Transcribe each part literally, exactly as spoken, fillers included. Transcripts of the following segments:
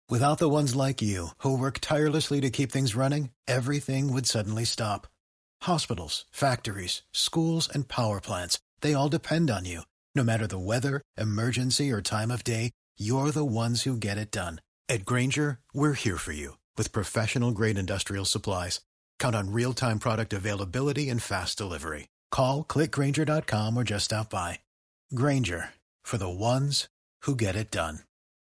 Without the ones like you, who work tirelessly to keep things running, everything would suddenly stop. Hospitals, factories, schools, and power plants, they all depend on you. No matter the weather, emergency, or time of day, you're the ones who get it done. At Grainger, we're here for you with professional-grade industrial supplies. Count on real-time product availability and fast delivery. Call, click grainger dot com, or just stop by. Grainger, for the ones who get it done.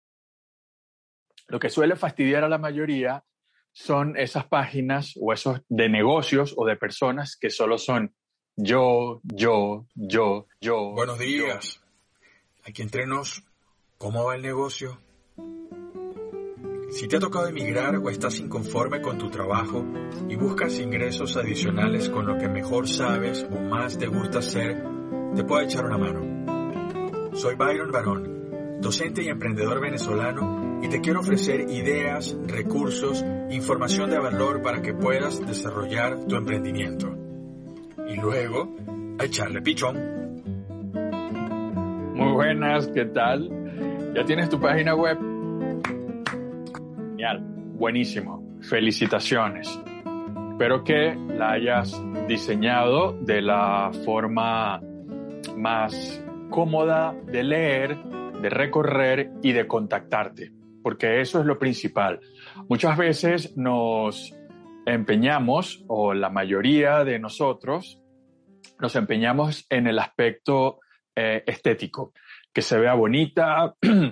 Lo que suele fastidiar a la mayoría son esas páginas o esos de negocios o de personas que solo son yo, yo, yo, yo. Buenos días. Yo. Aquí entre nos, ¿cómo va el negocio? Si te ha tocado emigrar o estás inconforme con tu trabajo y buscas ingresos adicionales con lo que mejor sabes o más te gusta hacer, te puedo echar una mano. Soy Byron Barón, docente y emprendedor venezolano, y te quiero ofrecer ideas, recursos, información de valor para que puedas desarrollar tu emprendimiento. Y luego, a echarle pichón. Muy buenas, ¿qué tal? ¿Ya tienes tu página web? Genial, buenísimo, felicitaciones. Espero que la hayas diseñado de la forma más cómoda de leer, de recorrer y de contactarte, porque eso es lo principal. Muchas veces nos empeñamos, o la mayoría de nosotros, nos empeñamos en el aspecto eh, estético, que se vea bonita.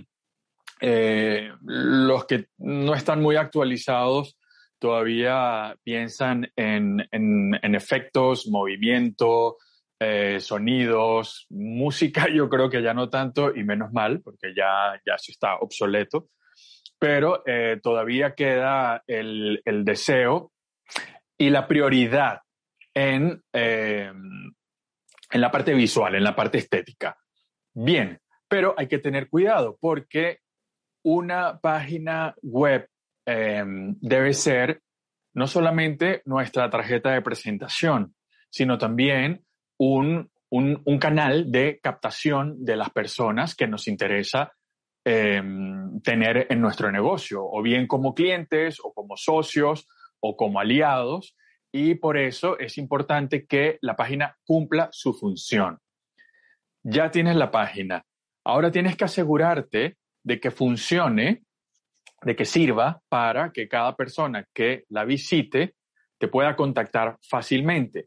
eh, los que no están muy actualizados todavía piensan en, en, en efectos, movimiento, eh, sonidos, música. Yo creo que ya no tanto, y menos mal, porque ya, ya se está obsoleto. Pero eh, todavía queda el, el deseo y la prioridad en, eh, en la parte visual, en la parte estética. Bien, pero hay que tener cuidado porque una página web eh, debe ser no solamente nuestra tarjeta de presentación, sino también un, un, un canal de captación de las personas que nos interesa Eh, tener en nuestro negocio, o bien como clientes, o como socios, o como aliados, y por eso es importante que la página cumpla su función. Ya tienes la página, ahora tienes que asegurarte de que funcione, de que sirva para que cada persona que la visite te pueda contactar fácilmente.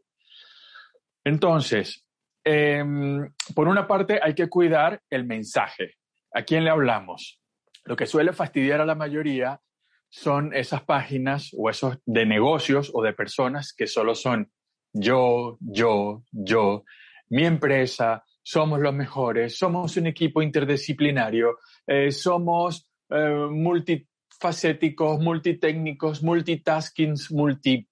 Entonces, eh, por una parte hay que cuidar el mensaje. ¿A quién le hablamos? Lo que suele fastidiar a la mayoría son esas páginas o esos de negocios o de personas que solo son yo, yo, yo, mi empresa, somos los mejores, somos un equipo interdisciplinario, eh, somos eh, multifacéticos, multitécnicos, multitaskings, multi...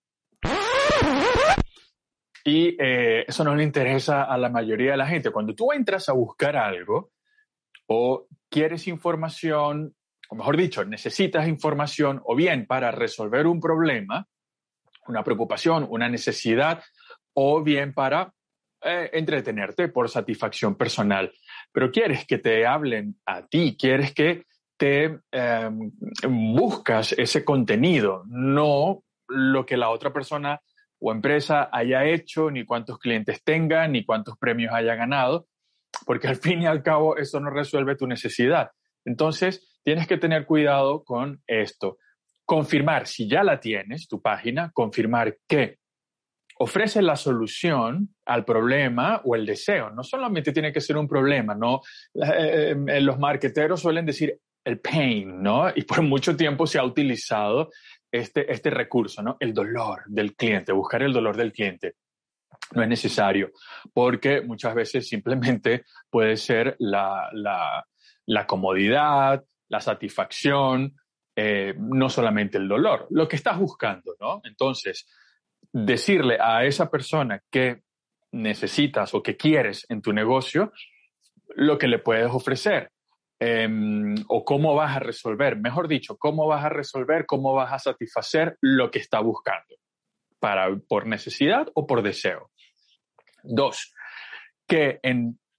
Y eh, eso no le interesa a la mayoría de la gente. Cuando tú entras a buscar algo, o quieres información, o mejor dicho, necesitas información, o bien para resolver un problema, una preocupación, una necesidad, o bien para eh, entretenerte por satisfacción personal. Pero quieres que te hablen a ti, quieres que te eh, buscas ese contenido, no lo que la otra persona o empresa haya hecho, ni cuántos clientes tenga, ni cuántos premios haya ganado, porque al fin y al cabo eso no resuelve tu necesidad. Entonces, tienes que tener cuidado con esto. Confirmar, si ya la tienes, tu página, confirmar que ofrece la solución al problema o el deseo. No solamente tiene que ser un problema, ¿no? Eh, eh, los marketeros suelen decir el pain, ¿no? Y por mucho tiempo se ha utilizado este, este recurso, ¿no? El dolor del cliente, buscar el dolor del cliente. No es necesario, porque muchas veces simplemente puede ser la, la, la comodidad, la satisfacción, eh, no solamente el dolor, lo que estás buscando, ¿no? Entonces, decirle a esa persona que necesitas o que quieres en tu negocio lo que le puedes ofrecer, eh, o cómo vas a resolver, mejor dicho, cómo vas a resolver, cómo vas a satisfacer lo que está buscando, para, por necesidad o por deseo. Dos, que en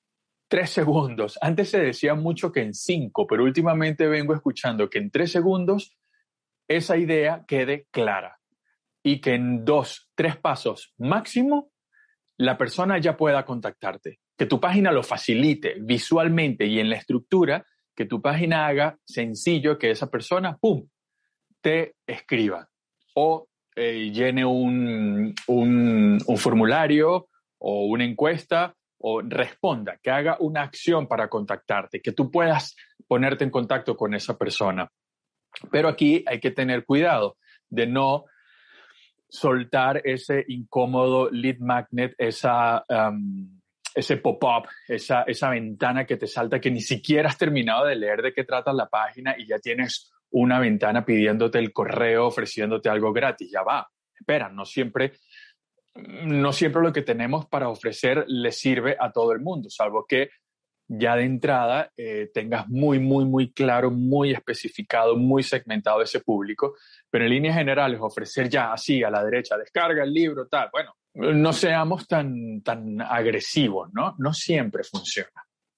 tres segundos. Antes se decía mucho que en cinco, pero últimamente vengo escuchando que en tres segundos esa idea quede clara y que en dos, tres pasos máximo la persona ya pueda contactarte. Que tu página lo facilite visualmente y en la estructura, que tu página haga sencillo que esa persona, ¡pum!, te escriba o eh, llene un, un, un formulario o una encuesta o responda, que haga una acción para contactarte, que tú puedas ponerte en contacto con esa persona. Pero aquí hay que tener cuidado de no soltar ese incómodo lead magnet, esa, um, ese pop-up, esa, esa ventana que te salta que ni siquiera has terminado de leer de qué trata la página y ya tienes una ventana pidiéndote el correo, ofreciéndote algo gratis. Ya va, espera, no siempre, no siempre lo que tenemos para ofrecer le sirve a todo el mundo, salvo que ya de entrada eh, tengas muy, muy, muy claro, muy especificado, muy segmentado ese público, pero en líneas generales ofrecer ya así a la derecha, descarga el libro, tal, bueno, no seamos tan, tan agresivos, ¿no? No siempre funciona.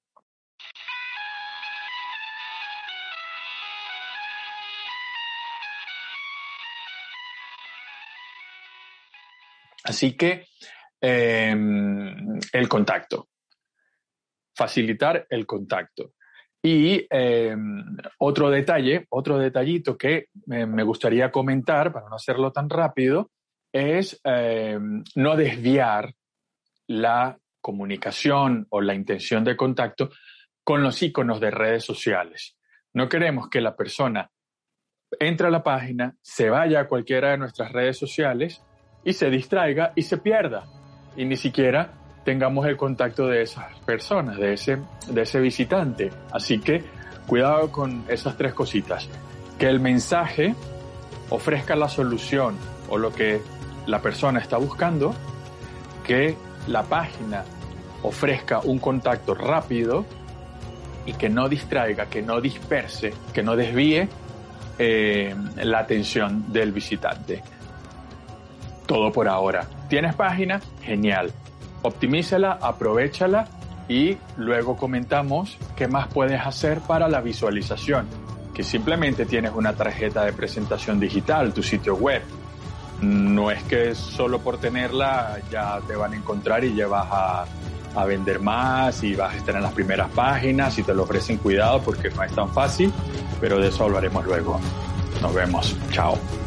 Así que eh, el contacto. Facilitar el contacto. Y eh, otro detalle, otro detallito que eh, me gustaría comentar, para no hacerlo tan rápido, es eh, no desviar la comunicación o la intención de contacto con los iconos de redes sociales. No queremos que la persona entre a la página, se vaya a cualquiera de nuestras redes sociales y se distraiga y se pierda. Y ni siquiera tengamos el contacto de esas personas, de ese, de ese visitante. Así que cuidado con esas tres cositas. Que el mensaje ofrezca la solución o lo que la persona está buscando, que la página ofrezca un contacto rápido y que no distraiga, que no disperse, que no desvíe eh, la atención del visitante. Todo por ahora. ¿Tienes página? Genial. Optimízala, aprovéchala y luego comentamos qué más puedes hacer para la visualización. Que simplemente tienes una tarjeta de presentación digital, tu sitio web. No es que solo por tenerla ya te van a encontrar y ya vas a, a vender más y vas a estar en las primeras páginas y te lo ofrecen. Cuidado porque no es tan fácil, pero de eso hablaremos luego. Nos vemos. Chao.